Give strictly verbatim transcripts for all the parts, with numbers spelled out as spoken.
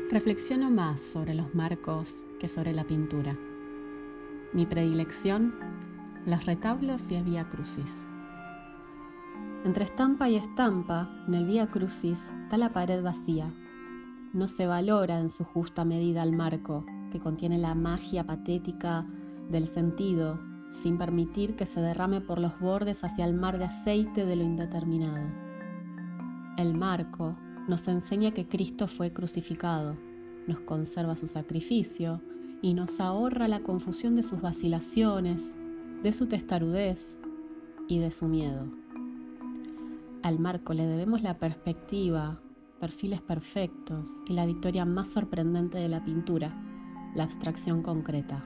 Reflexiono más sobre los marcos que sobre la pintura. Mi predilección, los retablos y el Vía Crucis. Entre estampa y estampa, en el Vía Crucis, está la pared vacía. No se valora en su justa medida el marco, que contiene la magia patética del sentido, sin permitir que se derrame por los bordes hacia el mar de aceite de lo indeterminado. El marco nos enseña que Cristo fue crucificado, nos conserva su sacrificio y nos ahorra la confusión de sus vacilaciones, de su testarudez y de su miedo. Al marco le debemos la perspectiva, perfiles perfectos y la victoria más sorprendente de la pintura, la abstracción concreta.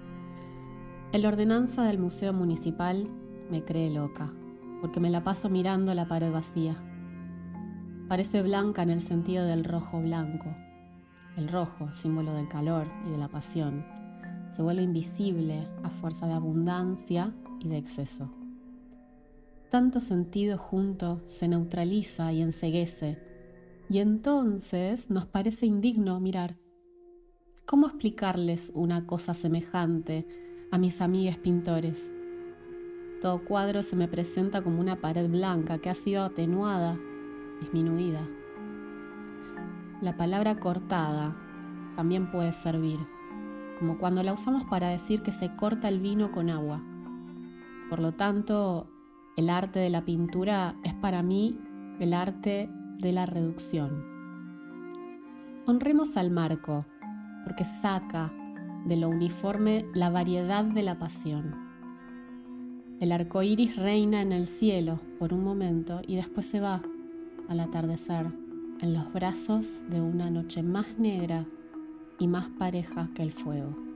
El ordenanza del Museo Municipal me cree loca, porque me la paso mirando la pared vacía. Parece blanca en el sentido del rojo blanco. El rojo, símbolo del calor y de la pasión, se vuelve invisible a fuerza de abundancia y de exceso. Tanto sentido junto se neutraliza y enceguece, y entonces nos parece indigno mirar. ¿Cómo explicarles una cosa semejante a mis amigues pintores? Todo cuadro se me presenta como una pared blanca que ha sido atenuada, disminuida. La palabra cortada también puede servir, como cuando la usamos para decir que se corta el vino con agua. Por lo tanto, el arte de la pintura es para mí el arte de la reducción. Honremos al marco, porque saca de lo uniforme la variedad de la pasión. El arco iris reina en el cielo por un momento y después se va al atardecer en los brazos de una noche más negra y más pareja que el fuego.